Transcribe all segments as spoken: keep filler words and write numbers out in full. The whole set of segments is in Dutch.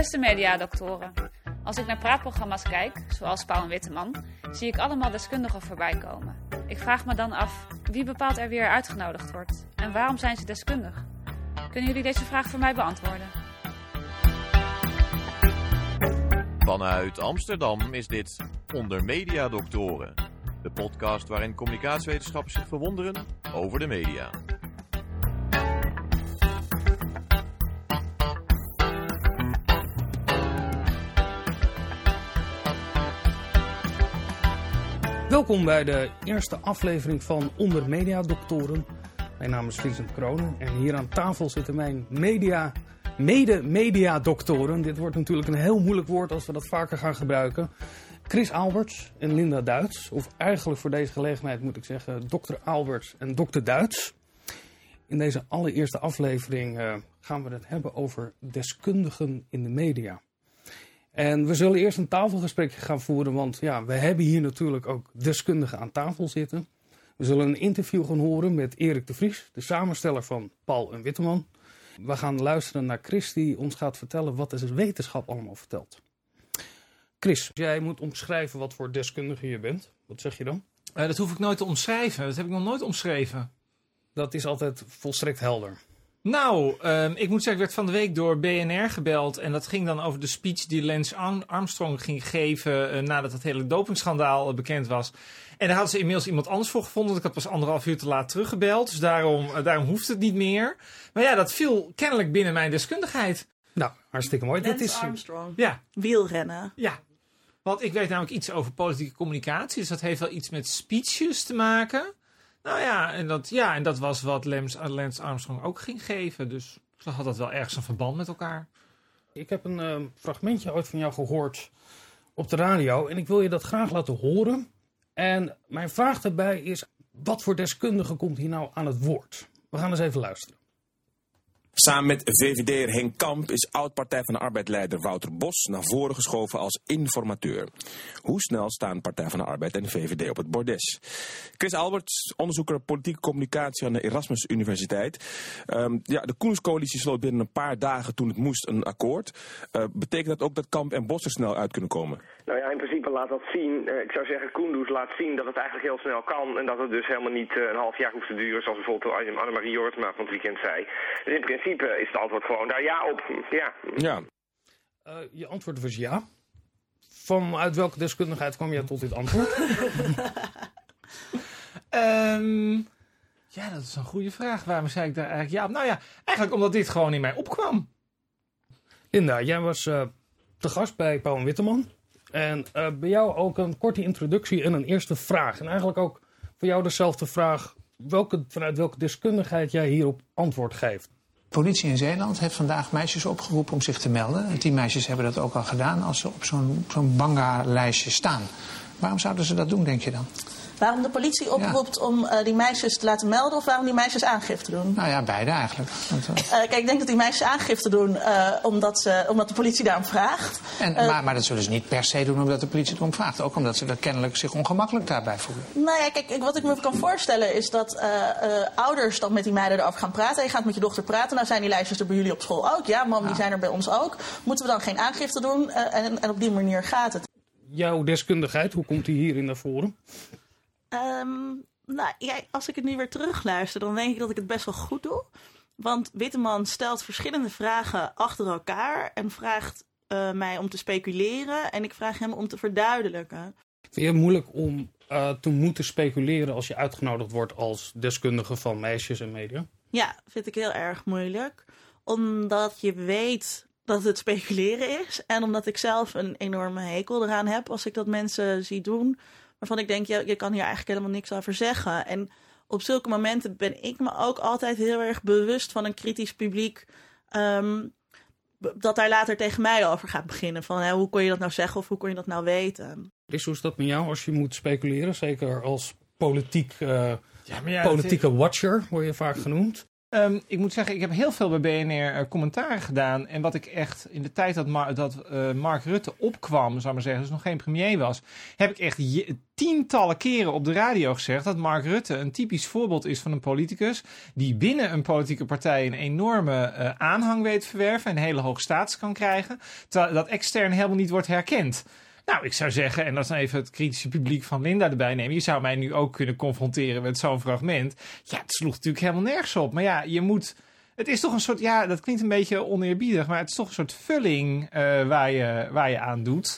Beste mediadoktoren, als ik naar praatprogramma's kijk, zoals Pauw en Witteman, zie ik allemaal deskundigen voorbij komen. Ik vraag me dan af, wie bepaalt er wie er uitgenodigd wordt? En waarom zijn ze deskundig? Kunnen jullie deze vraag voor mij beantwoorden? Vanuit Amsterdam is dit Onder Mediadoktoren, de podcast waarin communicatiewetenschappers zich verwonderen over de media. Welkom bij de eerste aflevering van Onder Mediadoktoren. Mijn naam is Vincent Kroonen en hier aan tafel zitten mijn media, mede-mediadoktoren. Dit wordt natuurlijk een heel moeilijk woord als we dat vaker gaan gebruiken. Chris Alberts en Linda Duits, of eigenlijk voor deze gelegenheid moet ik zeggen dokter Alberts en dokter Duits. In deze allereerste aflevering uh, gaan we het hebben over deskundigen in de media. En we zullen eerst een tafelgesprekje gaan voeren, want ja, we hebben hier natuurlijk ook deskundigen aan tafel zitten. We zullen een interview gaan horen met Erik de Vries, de samensteller van Pauw en Witteman. We gaan luisteren naar Chris die ons gaat vertellen wat de wetenschap allemaal vertelt. Chris, jij moet omschrijven wat voor deskundige je bent. Wat zeg je dan? Uh, dat hoef ik nooit te omschrijven. Dat heb ik nog nooit omschreven. Dat is altijd volstrekt helder. Nou, uh, ik moet zeggen, ik werd van de week door B N R gebeld. En dat ging dan over de speech die Lance Armstrong ging geven uh, nadat het hele dopingschandaal uh, bekend was. En daar hadden ze inmiddels iemand anders voor gevonden. Ik had pas anderhalf uur te laat teruggebeld. Dus daarom, uh, daarom hoeft het niet meer. Maar ja, dat viel kennelijk binnen mijn deskundigheid. Nou, hartstikke mooi. Lance dat is Armstrong. Ja. Wielrennen. Ja. Want ik weet namelijk iets over politieke communicatie. Dus dat heeft wel iets met speeches te maken. Nou ja, en dat, ja, en dat was wat Lance, Lance Armstrong ook ging geven. Dus ze had dat wel ergens een verband met elkaar. Ik heb een uh, fragmentje ooit van jou gehoord op de radio. En ik wil je dat graag laten horen. En mijn vraag daarbij is, wat voor deskundige komt hier nou aan het woord? We gaan eens even luisteren. Samen met V V D'er Henk Kamp is oud-Partij van de Arbeid-leider Wouter Bos naar voren geschoven als informateur. Hoe snel staan Partij van de Arbeid en de V V D op het bordes? Chris Alberts, onderzoeker politieke communicatie aan de Erasmus Universiteit. Um, ja, de Koenderscoalitie sloot binnen een paar dagen toen het moest een akkoord. Uh, betekent dat ook dat Kamp en Bos er snel uit kunnen komen? Nou ja, in principe laat dat zien. Uh, ik zou zeggen, Koenders laat zien dat het eigenlijk heel snel kan. En dat het dus helemaal niet uh, een half jaar hoeft te duren, zoals bijvoorbeeld Annemarie Jortsma van het weekend zei. Dus in principe is het antwoord gewoon daar ja op. Ja. ja. Uh, je antwoord was ja. Vanuit welke deskundigheid kwam je tot dit antwoord? um, ja, dat is een goede vraag. Waarom zei ik daar eigenlijk ja op? Nou ja, eigenlijk omdat dit gewoon in mij opkwam. Linda, jij was uh, te gast bij Pauw en Witteman. En uh, bij jou ook een korte introductie en een eerste vraag. En eigenlijk ook voor jou dezelfde vraag. Welke, vanuit welke deskundigheid jij hierop antwoord geeft? De politie in Zeeland heeft vandaag meisjes opgeroepen om zich te melden. En die meisjes hebben dat ook al gedaan als ze op zo'n, zo'n banga-lijstje staan. Waarom zouden ze dat doen, denk je dan? Waarom de politie oproept ja. om uh, die meisjes te laten melden of waarom die meisjes aangifte doen? Nou ja, beide eigenlijk. Want, uh... Uh, kijk, ik denk dat die meisjes aangifte doen uh, omdat, ze, omdat de politie daarom vraagt. En, uh, maar, maar dat zullen ze niet per se doen omdat de politie erom vraagt. Ook omdat ze er kennelijk zich ongemakkelijk daarbij voelen. Nou ja, kijk, wat ik me kan voorstellen is dat uh, uh, ouders dan met die meiden erover gaan praten. Je gaat met je dochter praten. Nou zijn die lijstjes er bij jullie op school ook. Ja, mam, ja. die zijn er bij ons ook. Moeten we dan geen aangifte doen? Uh, en, en op die manier gaat het. Jouw deskundigheid, hoe komt die hierin naar voren? Um, nou, ja, als ik het nu weer terugluister, dan denk ik dat ik het best wel goed doe. Want Witteman stelt verschillende vragen achter elkaar en vraagt uh, mij om te speculeren. En ik vraag hem om te verduidelijken. Vind je het moeilijk om uh, te moeten speculeren als je uitgenodigd wordt als deskundige van meisjes en media? Ja, vind ik heel erg moeilijk. Omdat je weet dat het speculeren is. En omdat ik zelf een enorme hekel eraan heb als ik dat mensen zie doen. Waarvan ik denk, je, je kan hier eigenlijk helemaal niks over zeggen. En op zulke momenten ben ik me ook altijd heel erg bewust van een kritisch publiek. Um, dat daar later tegen mij over gaat beginnen. Van hè, hoe kon je dat nou zeggen of hoe kon je dat nou weten? Is hoe is dat met jou als je moet speculeren? Zeker als politiek, uh, ja, maar ja, politieke is... watcher word je vaak genoemd. Um, ik moet zeggen, ik heb heel veel bij B N R uh, commentaren gedaan. En wat ik echt in de tijd dat, Mar- dat uh, Mark Rutte opkwam, zou ik maar zeggen, dus nog geen premier was, heb ik echt je- tientallen keren op de radio gezegd dat Mark Rutte een typisch voorbeeld is van een politicus die binnen een politieke partij een enorme uh, aanhang weet te verwerven en een hele hoge status kan krijgen, terwijl dat extern helemaal niet wordt herkend. Nou, ik zou zeggen, en dat is dan even het kritische publiek van Linda erbij nemen, je zou mij nu ook kunnen confronteren met zo'n fragment. Ja, het sloeg natuurlijk helemaal nergens op. Maar ja, je moet... Het is toch een soort... Ja, dat klinkt een beetje oneerbiedig, maar het is toch een soort vulling uh, waar, je, waar je aan doet.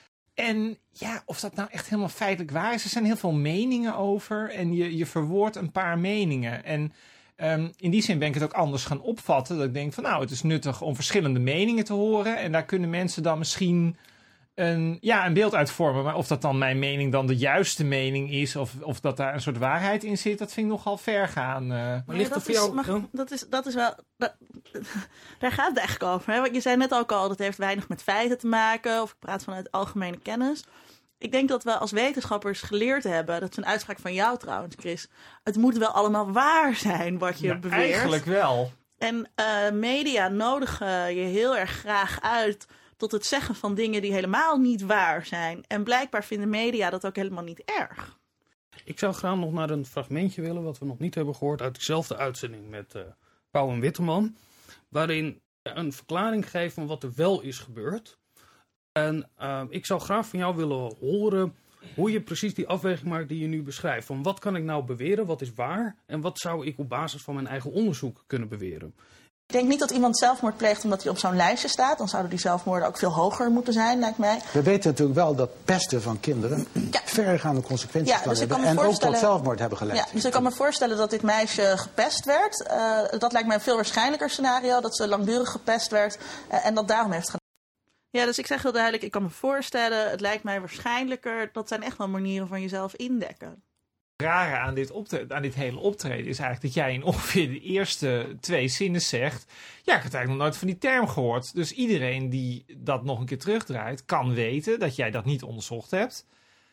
En ja, of dat nou echt helemaal feitelijk waar is. Er zijn heel veel meningen over en je, je verwoordt een paar meningen. En um, in die zin ben ik het ook anders gaan opvatten. Dat ik denk van nou, het is nuttig om verschillende meningen te horen. En daar kunnen mensen dan misschien... Een, ja, een beeld uitvormen. Maar of dat dan mijn mening dan de juiste mening is, of, of dat daar een soort waarheid in zit, dat vind ik nogal ver gaan. Uh. Maar ligt dat, is, mag, dat, is, dat is wel... Dat, daar gaat het eigenlijk over. Hè? Want je zei net ook al, dat heeft weinig met feiten te maken, of ik praat vanuit algemene kennis. Ik denk dat we als wetenschappers geleerd hebben, dat is een uitspraak van jou trouwens, Chris, het moet wel allemaal waar zijn wat je ja, beweert. Eigenlijk wel. En uh, media nodigen je heel erg graag uit tot het zeggen van dingen die helemaal niet waar zijn. En blijkbaar vinden media dat ook helemaal niet erg. Ik zou graag nog naar een fragmentje willen, wat we nog niet hebben gehoord, uit dezelfde uitzending met uh, Pauw en Witteman. Waarin een verklaring geeft van wat er wel is gebeurd. En uh, ik zou graag van jou willen horen hoe je precies die afweging maakt die je nu beschrijft. Van wat kan ik nou beweren, wat is waar? En wat zou ik op basis van mijn eigen onderzoek kunnen beweren? Ik denk niet dat iemand zelfmoord pleegt omdat hij op zo'n lijstje staat. Dan zouden die zelfmoorden ook veel hoger moeten zijn, lijkt mij. We weten natuurlijk wel dat pesten van kinderen ja. verregaande consequenties ja, kan dus hebben. En ook tot zelfmoord hebben geleid. Ja, dus ik kan me voorstellen dat dit meisje gepest werd. Uh, dat lijkt mij een veel waarschijnlijker scenario. Dat ze langdurig gepest werd uh, en dat daarom heeft gedaan. Ja, dus ik zeg heel duidelijk, ik kan me voorstellen, het lijkt mij waarschijnlijker. Dat zijn echt wel manieren van jezelf indekken. Het rare aan dit, optreden, aan dit hele optreden is eigenlijk dat jij in ongeveer de eerste twee zinnen zegt, ja, ik had eigenlijk nog nooit van die term gehoord. Dus iedereen die dat nog een keer terugdraait, kan weten dat jij dat niet onderzocht hebt.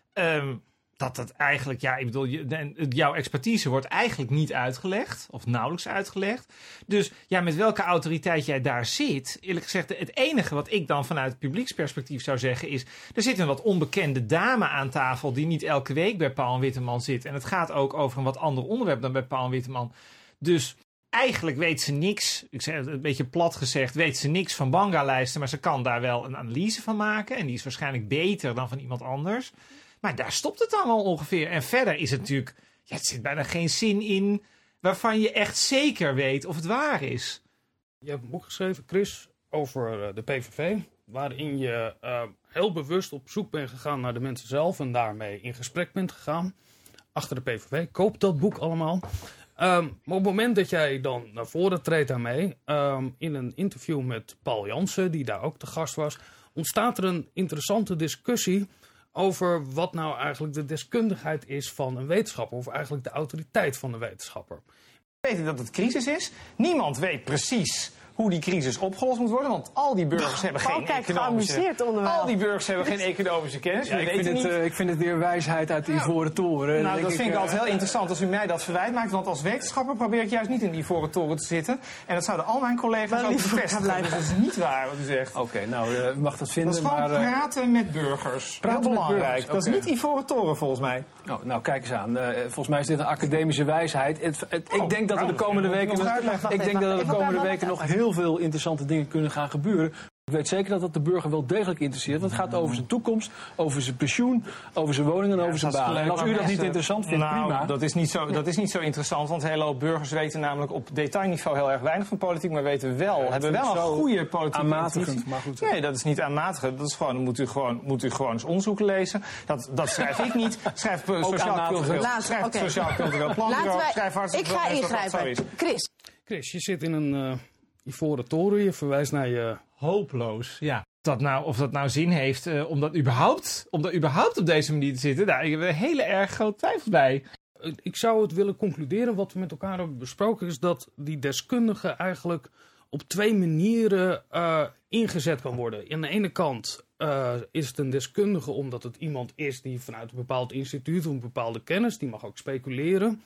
Um, dat dat eigenlijk, ja, ik bedoel, je, jouw expertise wordt eigenlijk niet uitgelegd, of nauwelijks uitgelegd. Dus ja, met welke autoriteit jij daar zit, eerlijk gezegd, het enige wat ik dan vanuit het publieksperspectief zou zeggen is, er zit een wat onbekende dame aan tafel die niet elke week bij Pauw en Witteman zit. En het gaat ook over een wat ander onderwerp dan bij Pauw en Witteman. Dus eigenlijk weet ze niks, ik zeg het een beetje plat gezegd, weet ze niks van Banga-lijsten, maar ze kan daar wel een analyse van maken. En die is waarschijnlijk beter dan van iemand anders. Maar daar stopt het dan al ongeveer. En verder is het natuurlijk, ja, het zit bijna geen zin in waarvan je echt zeker weet of het waar is. Je hebt een boek geschreven, Chris, over de P V V. Waarin je uh, heel bewust op zoek bent gegaan naar de mensen zelf. En daarmee in gesprek bent gegaan. Achter de P V V. Koop dat boek allemaal. Um, maar op het moment dat jij dan naar voren treedt daarmee. Um, in een interview met Paul Jansen, die daar ook te gast was. Ontstaat er een interessante discussie over wat nou eigenlijk de deskundigheid is van een wetenschapper. Of eigenlijk de autoriteit van de wetenschapper. We weten dat het crisis is. Niemand weet precies hoe die crisis opgelost moet worden. Want al die burgers hebben geen economische... Al die burgers hebben geen economische kennis. Ja, ik, vind het, uh, ik vind het weer wijsheid uit de Ivoren Toren. Nou, dat vind ik uh, altijd heel interessant als u mij dat verwijt maakt. Want als wetenschapper probeer ik juist niet in de Ivoren Toren te zitten. En dat zouden al mijn collega's ook bevestigen. Dus dat is niet waar wat u zegt. Oké, okay, nou, uh, mag dat vinden. Dat is gewoon maar, uh, praten met burgers. Praten heel belangrijk. Met burgers. Dat okay. is niet Ivoren Toren volgens mij. Oh, nou, kijk eens aan. Uh, volgens mij is dit een academische wijsheid. Het, het, oh, ik denk dat er de komende weken, ik denk dat er de komende weken nog heel veel interessante dingen kunnen gaan gebeuren. Ik weet zeker dat dat de burger wel degelijk interesseert. Want het gaat over zijn toekomst, over zijn pensioen, over zijn woningen en ja, over zijn baan. En als u dat niet interessant vindt, nou, prima. Dat is, niet zo, dat is niet zo interessant, want een hele hoop burgers weten namelijk op detailniveau heel erg weinig van politiek, maar weten wel, ja, hebben wel een goede politieke aanmatigend, maar goed. Nee, dat is niet aanmatigend. Dat is gewoon, dan moet u gewoon, moet u gewoon eens onderzoek lezen. Dat, dat schrijf ik niet. Schrijf Sociaal Cultureel, schrijf okay. Sociaal Cultureel Planbureau. Schrijf hartstikke Ik ga ingrijpen. Chris. Chris, je zit in een uh, Ivoren Toren, je verwijst naar je... Hopeloos, ja. Dat nou, of dat nou zin heeft uh, om, dat überhaupt, om dat überhaupt op deze manier te zitten, daar heb ik een hele erg groot twijfel bij. Ik zou het willen concluderen, wat we met elkaar hebben besproken, is dat die deskundige eigenlijk op twee manieren uh, ingezet kan worden. Aan de ene kant uh, is het een deskundige omdat het iemand is die vanuit een bepaald instituut of een bepaalde kennis, die mag ook speculeren.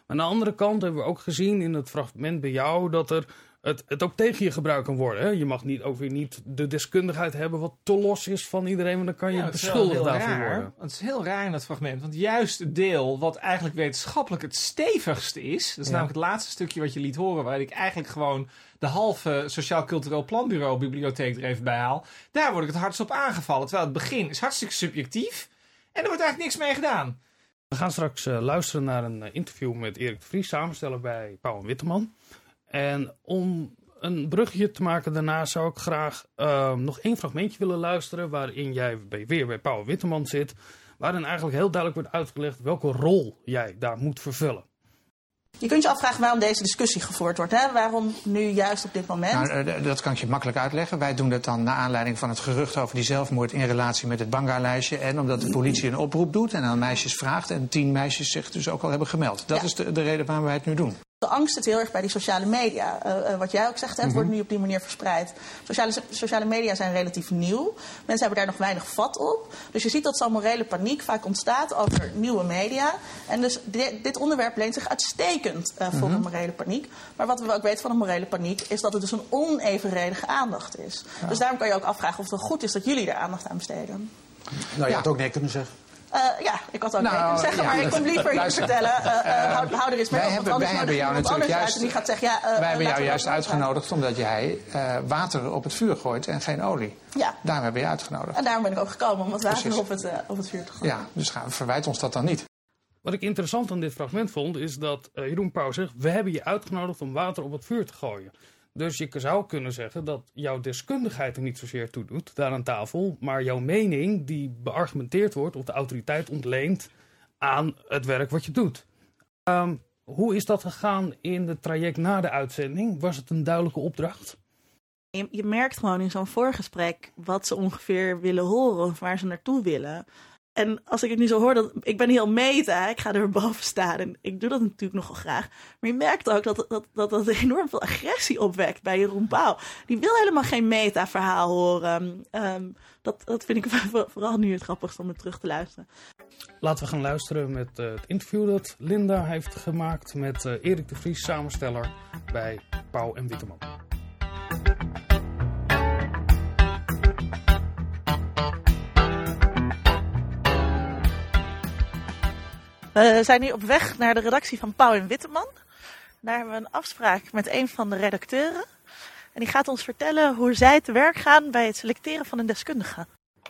aan de andere kant hebben we ook gezien in het fragment bij jou dat er het, het ook tegen je gebruikt kan worden. Hè? Je mag niet, ook weer niet de deskundigheid hebben wat te los is van iedereen, want dan kan je ja, beschuldigd daarvoor raar. worden. Het is heel raar in dat fragment, want juist het deel wat eigenlijk wetenschappelijk het stevigste is, dat is ja. namelijk het laatste stukje wat je liet horen, waar ik eigenlijk gewoon de halve Sociaal Cultureel Planbureau bibliotheek er even bij haal, daar word ik het hardst op aangevallen. Terwijl het begin is hartstikke subjectief en er wordt eigenlijk niks mee gedaan. We gaan straks uh, luisteren naar een uh, interview met Erik de Vries, samensteller bij Pauw en Witteman. En om een bruggetje te maken daarna zou ik graag uh, nog één fragmentje willen luisteren waarin jij bij, weer bij Pauw en Witteman zit. Waarin eigenlijk heel duidelijk wordt uitgelegd welke rol jij daar moet vervullen. Je kunt je afvragen waarom deze discussie gevoerd wordt. Hè? Waarom nu juist op dit moment? Nou, dat kan ik je makkelijk uitleggen. Wij doen dat dan naar aanleiding van het gerucht over die zelfmoord in relatie met het Banga-lijstje. En omdat de politie een oproep doet en aan meisjes vraagt. En tien meisjes zich dus ook al hebben gemeld. Dat ja. is de, de reden waarom wij het nu doen. De angst zit heel erg bij die sociale media. Uh, uh, wat jij ook zegt, hè, het mm-hmm. wordt nu op die manier verspreid. Sociale, sociale media zijn relatief nieuw. Mensen hebben daar nog weinig vat op. Dus je ziet dat zo'n morele paniek vaak ontstaat over nieuwe media. En dus dit, dit onderwerp leent zich uitstekend uh, voor mm-hmm. een morele paniek. Maar wat we ook weten van een morele paniek is dat het dus een onevenredige aandacht is. Ja. Dus daarom kan je ook afvragen of het wel goed is dat jullie daar aandacht aan besteden. Nou, je had ook nee kunnen zeggen. Uh, ja, ik had ook nou, nee kunnen zeggen, ja, maar ik kom liever je vertellen. Uh, uh, hou, hou er eens mee wij op, hebben, wij hebben jou natuurlijk juist, die gaat zeggen, ja, uh, wij hebben jou juist uitgenodigd omdat jij uh, water op het vuur gooit en geen olie. Ja. Daarom hebben we je uitgenodigd. En daarom ben ik ook gekomen om wat water op het, uh, op het vuur te gooien. Ja, dus gaan, verwijt ons dat dan niet. Wat ik interessant aan dit fragment vond, is dat uh, Jeroen Pauw zegt, we hebben je uitgenodigd om water op het vuur te gooien. Dus je zou kunnen zeggen dat jouw deskundigheid er niet zozeer toe doet, daar aan tafel, maar jouw mening die beargumenteerd wordt of de autoriteit ontleent aan het werk wat je doet. Um, hoe is dat gegaan in het traject na de uitzending? Was het een duidelijke opdracht? Je, je merkt gewoon in zo'n voorgesprek wat ze ongeveer willen horen of waar ze naartoe willen. En als ik het nu zo hoor, dat, ik ben heel meta, ik ga er boven staan en ik doe dat natuurlijk nogal graag. Maar je merkt ook dat dat, dat, dat enorm veel agressie opwekt bij Jeroen Pauw. Die wil helemaal geen meta-verhaal horen. Um, dat, dat vind ik vooral nu het grappigste om het terug te luisteren. Laten we gaan luisteren met uh, het interview dat Linda heeft gemaakt met uh, Erik de Vries, samensteller bij Pauw en Witteman. We zijn nu op weg naar de redactie van Pauw en Witteman. Daar hebben we een afspraak met een van de redacteuren. En die gaat ons vertellen hoe zij te werk gaan bij het selecteren van een deskundige.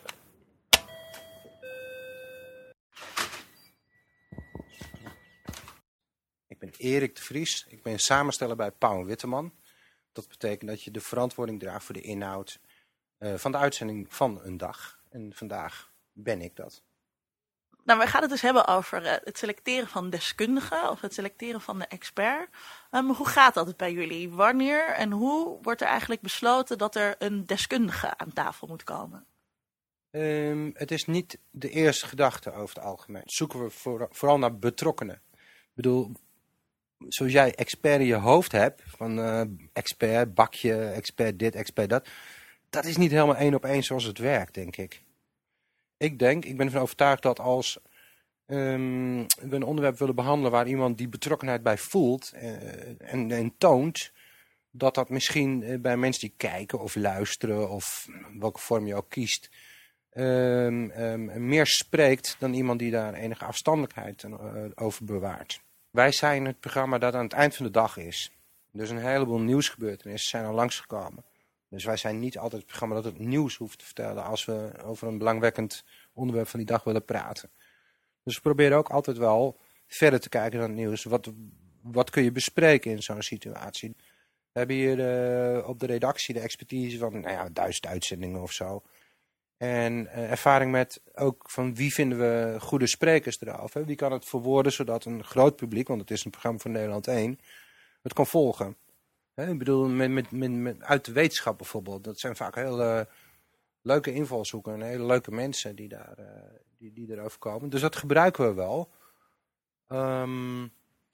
Ik ben Erik de Vries. Ik ben samensteller bij Pauw en Witteman. Dat betekent dat je de verantwoording draagt voor de inhoud uh, van de uitzending van een dag. En vandaag ben ik dat. Nou, we gaan het dus hebben over uh, het selecteren van deskundigen of het selecteren van de expert. Um, hoe gaat dat bij jullie? Wanneer en hoe wordt er eigenlijk besloten dat er een deskundige aan tafel moet komen? Um, het is niet de eerste gedachte over het algemeen. Zoeken we voor, vooral naar betrokkenen. Ik bedoel, zoals jij expert in je hoofd hebt, van uh, expert, bakje, expert dit, expert dat. Dat is niet helemaal één op één zoals het werkt, denk ik. Ik denk, ik ben ervan overtuigd dat als um, we een onderwerp willen behandelen waar iemand die betrokkenheid bij voelt uh, en, en toont, dat dat misschien uh, bij mensen die kijken of luisteren of welke vorm je ook kiest, um, um, meer spreekt dan iemand die daar enige afstandelijkheid uh, over bewaart. Wij zijn het programma dat aan het eind van de dag is. Dus een heleboel nieuwsgebeurtenissen zijn al langsgekomen. Dus wij zijn niet altijd het programma dat het nieuws hoeft te vertellen als we over een belangwekkend onderwerp van die dag willen praten. Dus we proberen ook altijd wel verder te kijken dan het nieuws. Wat, wat kun je bespreken in zo'n situatie? We hebben hier uh, op de redactie de expertise van nou ja, duizend uitzendingen of zo. En uh, ervaring met ook van wie vinden we goede sprekers erover. Wie kan het verwoorden zodat een groot publiek, want het is een programma van Nederland één, het kan volgen. He, ik bedoel, met, met, met, met, uit de wetenschap bijvoorbeeld. Dat zijn vaak hele leuke invalshoeken en hele leuke mensen die, daar, uh, die, die erover komen. Dus dat gebruiken we wel. Um,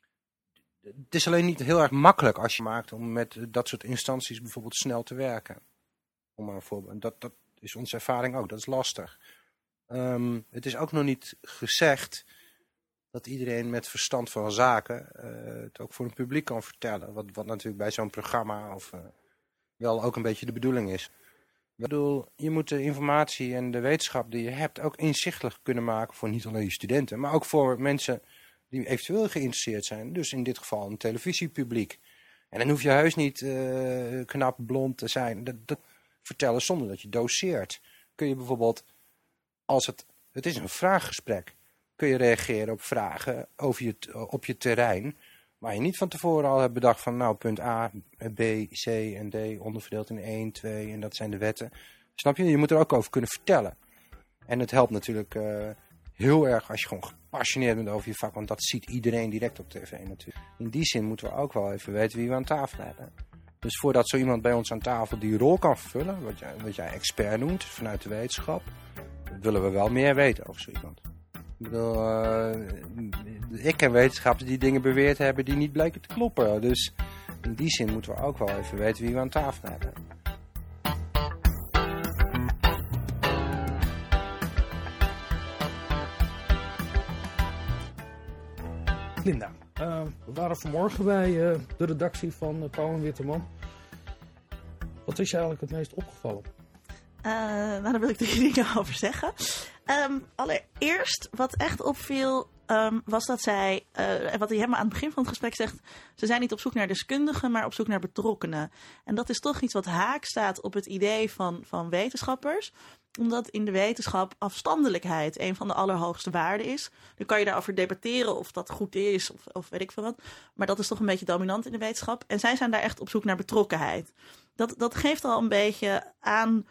het is alleen niet heel erg makkelijk als je maakt om met dat soort instanties bijvoorbeeld snel te werken. Om maar een voorbeeld. Dat, dat is onze ervaring ook. Dat is lastig. Um, het is ook nog niet gezegd dat iedereen met verstand van zaken uh, het ook voor een publiek kan vertellen. Wat, wat natuurlijk bij zo'n programma of, uh, wel ook een beetje de bedoeling is. Ik bedoel, je moet de informatie en de wetenschap die je hebt ook inzichtelijk kunnen maken voor niet alleen je studenten, maar ook voor mensen die eventueel geïnteresseerd zijn. Dus in dit geval een televisiepubliek. En dan hoef je heus niet uh, knap blond te zijn. Dat, dat vertellen zonder dat je doseert. Kun je bijvoorbeeld, als het, het is een vraaggesprek, kun je reageren op vragen over je, op je terrein, waar je niet van tevoren al hebt bedacht van nou punt A, B, C en D onderverdeeld in één, twee en dat zijn de wetten. Snap je? Je moet er ook over kunnen vertellen. En het helpt natuurlijk uh, heel erg als je gewoon gepassioneerd bent over je vak, want dat ziet iedereen direct op tv natuurlijk. In die zin moeten we ook wel even weten wie we aan tafel hebben. Dus voordat zo iemand bij ons aan tafel die rol kan vervullen, wat jij, wat jij expert noemt vanuit de wetenschap, willen we wel meer weten over zo iemand. Ik bedoel, uh, ik ken wetenschappers die dingen beweerd hebben die niet blijken te kloppen. Dus in die zin moeten we ook wel even weten wie we aan tafel hebben. Linda, uh, we waren vanmorgen bij uh, de redactie van uh, Pauw en Witteman. Wat is je eigenlijk het meest opgevallen? Uh, nou, daar wil ik drie dingen over zeggen. Um, allereerst, wat echt opviel, um, was dat zij, uh, wat hij helemaal aan het begin van het gesprek zegt, ze zijn niet op zoek naar deskundigen, maar op zoek naar betrokkenen. En dat is toch iets wat haak staat op het idee van, van wetenschappers, omdat in de wetenschap afstandelijkheid een van de allerhoogste waarden is. Dan kan je daarover debatteren of dat goed is of, of weet ik veel wat. Maar dat is toch een beetje dominant in de wetenschap. En zij zijn daar echt op zoek naar betrokkenheid. Dat, dat geeft al een beetje aan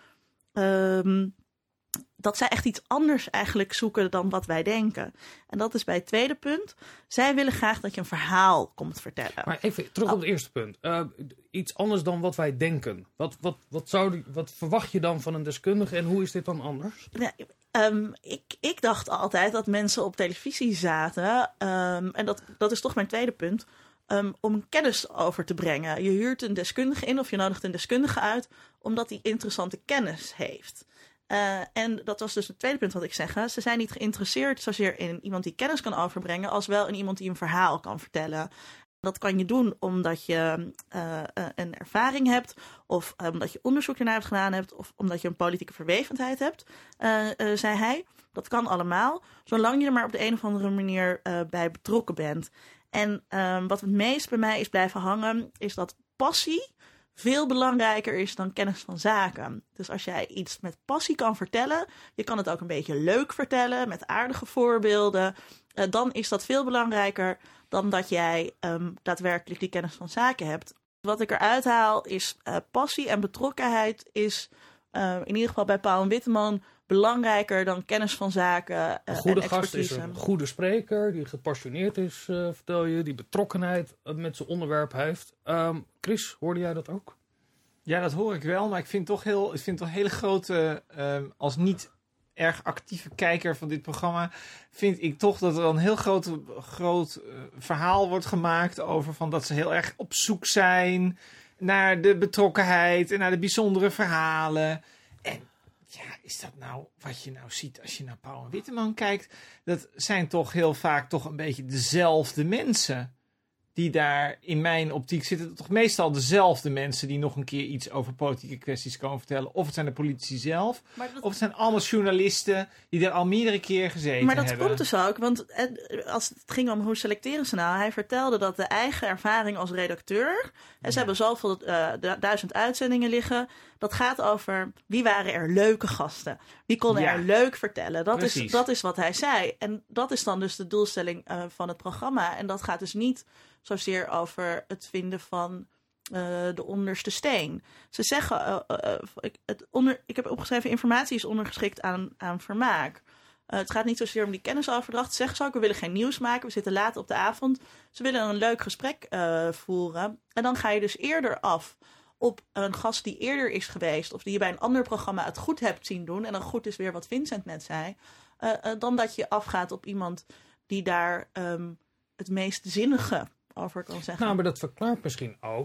Um, dat zij echt iets anders eigenlijk zoeken dan wat wij denken. En dat is bij het tweede punt. Zij willen graag dat je een verhaal komt vertellen. Maar even terug oh. op het eerste punt. Uh, iets anders dan wat wij denken. Wat, wat, wat, zou die, wat verwacht je dan van een deskundige en hoe is dit dan anders? Ja, um, ik, ik dacht altijd dat mensen op televisie zaten. Um, en dat, dat is toch mijn tweede punt. Um, om kennis over te brengen. Je huurt een deskundige in of je nodigt een deskundige uit, omdat die interessante kennis heeft. Uh, en dat was dus het tweede punt wat ik zeg. Ze zijn niet geïnteresseerd zozeer in iemand die kennis kan overbrengen, als wel in iemand die een verhaal kan vertellen. Dat kan je doen omdat je uh, een ervaring hebt, of omdat je onderzoek ernaar hebt gedaan hebt, of omdat je een politieke verwevendheid hebt, uh, uh, zei hij. Dat kan allemaal, zolang je er maar op de een of andere manier uh, bij betrokken bent. En um, wat het meest bij mij is blijven hangen, is dat passie veel belangrijker is dan kennis van zaken. Dus als jij iets met passie kan vertellen, je kan het ook een beetje leuk vertellen, met aardige voorbeelden, uh, dan is dat veel belangrijker dan dat jij um, daadwerkelijk die kennis van zaken hebt. Wat ik eruit haal is uh, passie en betrokkenheid is uh, in ieder geval bij Pauw en Witteman belangrijker dan kennis van zaken uh, een goede en gast is een goede spreker, die gepassioneerd is, uh, vertel je, die betrokkenheid met zijn onderwerp heeft. Um, Chris, hoorde jij dat ook? Ja, dat hoor ik wel, maar ik vind toch heel, ik vind toch een hele grote, uh, als niet erg actieve kijker van dit programma, vind ik toch dat er een heel groot, groot uh, verhaal wordt gemaakt over van dat ze heel erg op zoek zijn naar de betrokkenheid en naar de bijzondere verhalen. En ja, is dat nou wat je nou ziet als je naar Pauw en Witteman kijkt? Dat zijn toch heel vaak toch een beetje dezelfde mensen die daar in mijn optiek zitten. Toch meestal dezelfde mensen die nog een keer iets over politieke kwesties komen vertellen. Of het zijn de politici zelf. Dat... Of het zijn allemaal journalisten die er al meerdere keer gezeten hebben. Maar dat hebben. komt dus ook. Want als het ging om hoe selecteren ze nou. Hij vertelde dat de eigen ervaring als redacteur. En ze ja. hebben zoveel uh, duizend uitzendingen liggen. Dat gaat over wie waren er leuke gasten. Wie konden ja. er leuk vertellen. Dat is, dat is wat hij zei. En dat is dan dus de doelstelling uh, van het programma. En dat gaat dus niet zozeer over het vinden van uh, de onderste steen. Ze zeggen, uh, uh, uh, het onder, ik heb opgeschreven, informatie is ondergeschikt aan, aan vermaak. Uh, het gaat niet zozeer om die kennisoverdracht. Ze zeggen ze ook, we willen geen nieuws maken. We zitten laat op de avond. Ze willen een leuk gesprek uh, voeren. En dan ga je dus eerder af op een gast die eerder is geweest, of die je bij een ander programma het goed hebt zien doen. En dan goed is weer wat Vincent net zei. Uh, uh, dan dat je afgaat op iemand die daar um, het meest zinnige over kan zeggen. Nou, maar dat verklaart misschien ook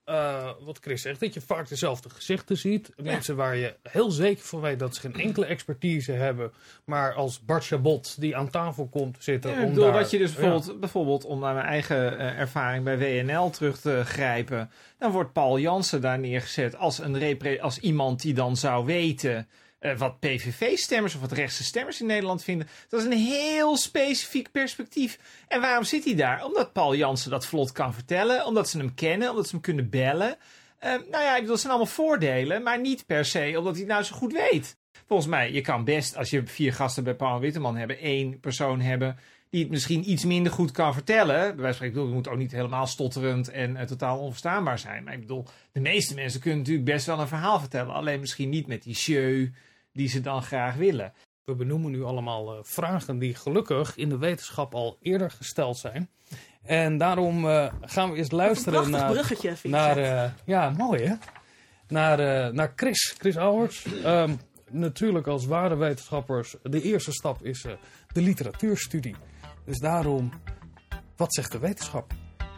uh, wat Chris zegt, dat je vaak dezelfde gezichten ziet. Ja. Mensen waar je heel zeker van weet dat ze geen enkele expertise hebben. Maar als Bart Chabot die aan tafel komt zitten. Ja, om ik bedoel daar, dat je dus bijvoorbeeld, ja. bijvoorbeeld om naar mijn eigen uh, ervaring bij W N L terug te grijpen. Dan wordt Paul Jansen daar neergezet als, een repre- als iemand die dan zou weten... Uh, wat P V V-stemmers of wat rechtse stemmers in Nederland vinden. Dat is een heel specifiek perspectief. En waarom zit hij daar? Omdat Paul Jansen dat vlot kan vertellen. Omdat ze hem kennen. Omdat ze hem kunnen bellen. Uh, nou ja, ik bedoel, dat zijn allemaal voordelen. Maar niet per se omdat hij het nou zo goed weet. Volgens mij, je kan best, als je vier gasten bij Paul Witteman hebben... één persoon hebben die het misschien iets minder goed kan vertellen. Bij wijze van spreken, het moet ook niet helemaal stotterend en uh, totaal onverstaanbaar zijn. Maar ik bedoel, de meeste mensen kunnen natuurlijk best wel een verhaal vertellen. Alleen misschien niet met die show die ze dan graag willen. We benoemen nu allemaal uh, vragen die gelukkig in de wetenschap al eerder gesteld zijn. En daarom uh, gaan we eens luisteren naar... bruggetje, vind naar uh, Ja, mooi hè? Naar, uh, naar Chris, Chris Alberts. Um, natuurlijk als ware wetenschappers, de eerste stap is uh, de literatuurstudie. Dus daarom, wat zegt de wetenschap?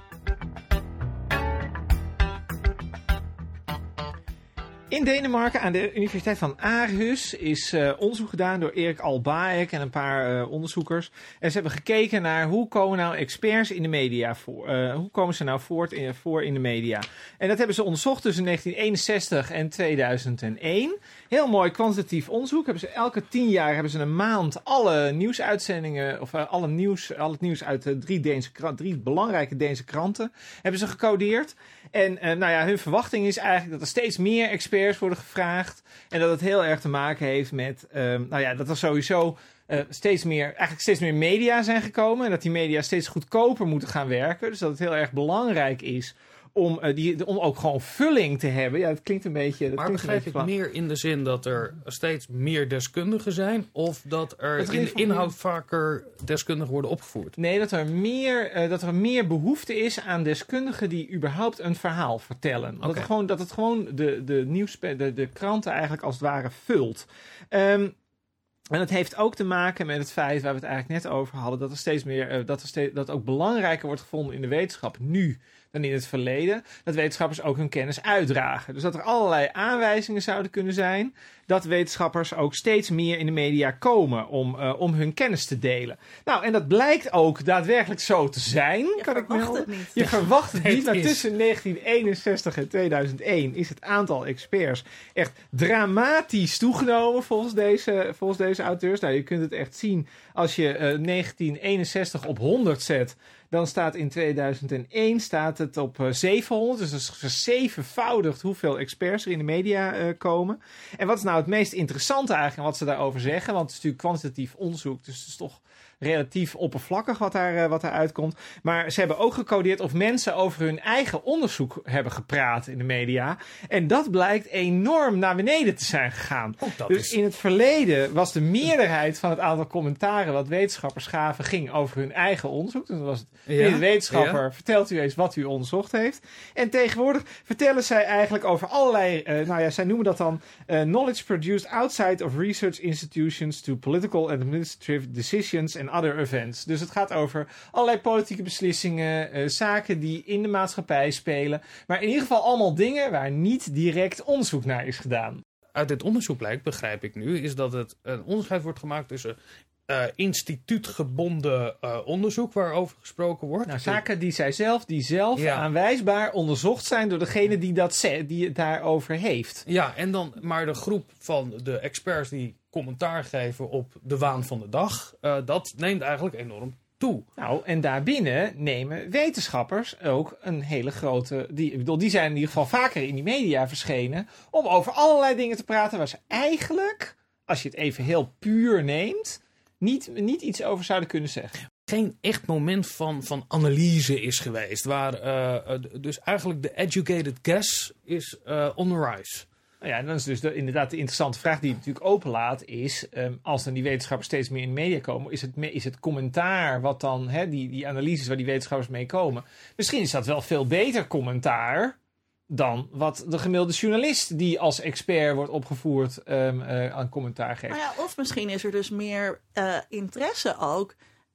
In Denemarken aan de Universiteit van Aarhus is uh, onderzoek gedaan door Erik Albaek en een paar uh, onderzoekers. En ze hebben gekeken naar hoe komen nou experts in de media voor. Uh, hoe komen ze nou voort in, voor in de media. En dat hebben ze onderzocht tussen negentien eenenzestig en tweeduizend één. Heel mooi kwantitatief onderzoek. Hebben ze elke tien jaar hebben ze een maand alle nieuwsuitzendingen of uh, alle nieuws, al het nieuws uit de drie, Deense, drie belangrijke Deense kranten hebben ze gecodeerd. En uh, nou ja, hun verwachting is eigenlijk dat er steeds meer experts worden gevraagd. En dat het heel erg te maken heeft met, um, nou ja, dat er sowieso uh, steeds meer, eigenlijk steeds meer media zijn gekomen. En dat die media steeds goedkoper moeten gaan werken. Dus dat het heel erg belangrijk is om, uh, die, om ook gewoon vulling te hebben. Ja, dat klinkt een beetje... Dat maar klinkt begrijp een ik meer in de zin dat er steeds meer deskundigen zijn? Of dat er dat in de inhoud meer vaker deskundigen worden opgevoerd? Nee, dat er, meer, uh, dat er meer behoefte is aan deskundigen die überhaupt een verhaal vertellen. Okay. Dat, het gewoon, dat het gewoon de, de, nieuws, de, de kranten eigenlijk als het ware vult. Um, En dat heeft ook te maken met het feit waar we het eigenlijk net over hadden, dat er steeds meer, uh, dat er steeds, dat ook belangrijker wordt gevonden in de wetenschap nu dan in het verleden, dat wetenschappers ook hun kennis uitdragen. Dus dat er allerlei aanwijzingen zouden kunnen zijn dat wetenschappers ook steeds meer in de media komen om, uh, om hun kennis te delen. Nou, en dat blijkt ook daadwerkelijk zo te zijn. Je kan ik melden. Het niet. Je ja, verwacht het niet, maar is. tussen negentien eenenzestig en tweeduizend één is het aantal experts echt dramatisch toegenomen volgens deze, volgens deze auteurs. Nou, je kunt het echt zien als je uh, negentien eenenzestig op honderd zet. Dan staat in tweeduizend één staat het op uh, zevenhonderd. Dus dat is verzevenvoudigd hoeveel experts er in de media uh, komen. En wat is nou het meest interessante eigenlijk wat ze daarover zeggen? Want het is natuurlijk kwantitatief onderzoek. Dus het is toch relatief oppervlakkig wat daar, uh, wat daar uitkomt. Maar ze hebben ook gecodeerd of mensen over hun eigen onderzoek hebben gepraat in de media. En dat blijkt enorm naar beneden te zijn gegaan. Oh, dus is... in het verleden was de meerderheid van het aantal commentaren wat wetenschappers gaven, ging over hun eigen onderzoek. Dus dan was het, ja, de wetenschapper, ja. vertelt u eens wat u onderzocht heeft. En tegenwoordig vertellen zij eigenlijk over allerlei, uh, nou ja, zij noemen dat dan uh, knowledge produced outside of research institutions to political and administrative decisions and other events. Dus het gaat over allerlei politieke beslissingen, uh, zaken die in de maatschappij spelen. Maar in ieder geval allemaal dingen waar niet direct onderzoek naar is gedaan. Uit dit onderzoek blijkt, begrijp ik nu, is dat het een onderscheid wordt gemaakt tussen uh, instituutgebonden uh, onderzoek waarover gesproken wordt. Nou, zaken die zij zelf, die zelf ja. aanwijsbaar onderzocht zijn door degene die, dat ze, die het daarover heeft. Ja, en dan maar de groep van de experts die commentaar geven op de waan van de dag, uh, dat neemt eigenlijk enorm toe. Nou, en daarbinnen nemen wetenschappers ook een hele grote... Die, ik bedoel, die zijn in ieder geval vaker in die media verschenen om over allerlei dingen te praten waar ze eigenlijk, als je het even heel puur neemt, niet, niet iets over zouden kunnen zeggen. Geen echt moment van, van analyse is geweest, waar uh, dus eigenlijk de educated guess is uh, on the rise. Nou ja, dan is dus de, inderdaad de interessante vraag die het natuurlijk openlaat is, um, als dan die wetenschappers steeds meer in de media komen, is het, me, is het commentaar wat dan, hè, die, die analyses waar die wetenschappers mee komen, misschien is dat wel veel beter commentaar dan wat de gemiddelde journalist die als expert wordt opgevoerd um, uh, aan commentaar geeft. Nou ja, of misschien is er dus meer uh, interesse ook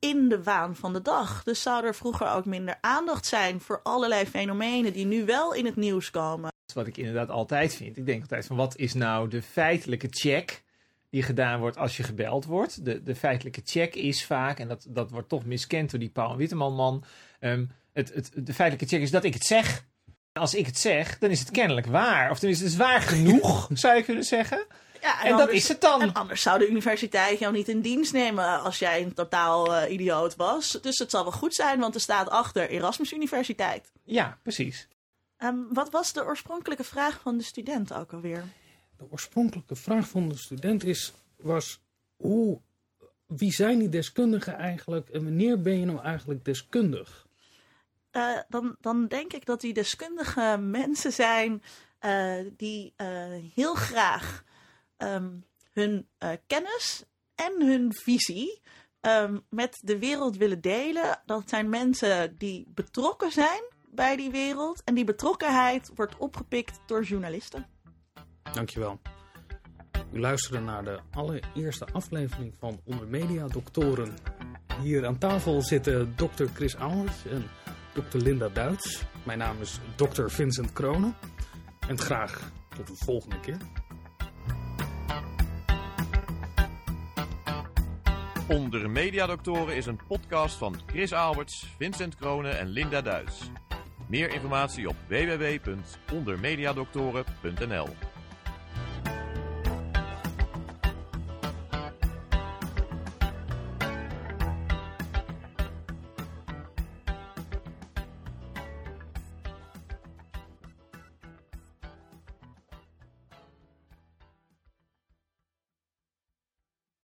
in de waan van de dag. Dus zou er vroeger ook minder aandacht zijn voor allerlei fenomenen die nu wel in het nieuws komen. Wat ik inderdaad altijd vind. Ik denk altijd van wat is nou de feitelijke check die gedaan wordt als je gebeld wordt. De, de feitelijke check is vaak, en dat, dat wordt toch miskend door die Paul Witteman man. Um, het, het, de feitelijke check is dat ik het zeg. Als ik het zeg, dan is het kennelijk waar. Of tenminste, het is waar genoeg, zou je kunnen zeggen. Ja, en, en anders, dat is het dan. En anders zou de universiteit jou niet in dienst nemen als jij een totaal uh, idioot was. Dus het zal wel goed zijn, want er staat achter Erasmus Universiteit. Ja, precies. Um, wat was de oorspronkelijke vraag van de student ook alweer? De oorspronkelijke vraag van de student is, was, hoe, wie zijn die deskundigen eigenlijk en wanneer ben je nou eigenlijk deskundig? Uh, dan, dan denk ik dat die deskundige mensen zijn uh, die uh, heel graag um, hun uh, kennis en hun visie um, met de wereld willen delen. Dat zijn mensen die betrokken zijn bij die wereld. En die betrokkenheid wordt opgepikt door journalisten. Dankjewel. U luisterde naar de allereerste aflevering van Onder Media Doctoren. Hier aan tafel zitten dokter Chris Alberts en dokter Linda Duits. Mijn naam is dokter Vincent Kronen. En graag tot de volgende keer. Onder Media Doctoren is een podcast van Chris Alberts, Vincent Kronen en Linda Duits. Meer informatie op w w w punt onder mediadoctoren punt n l.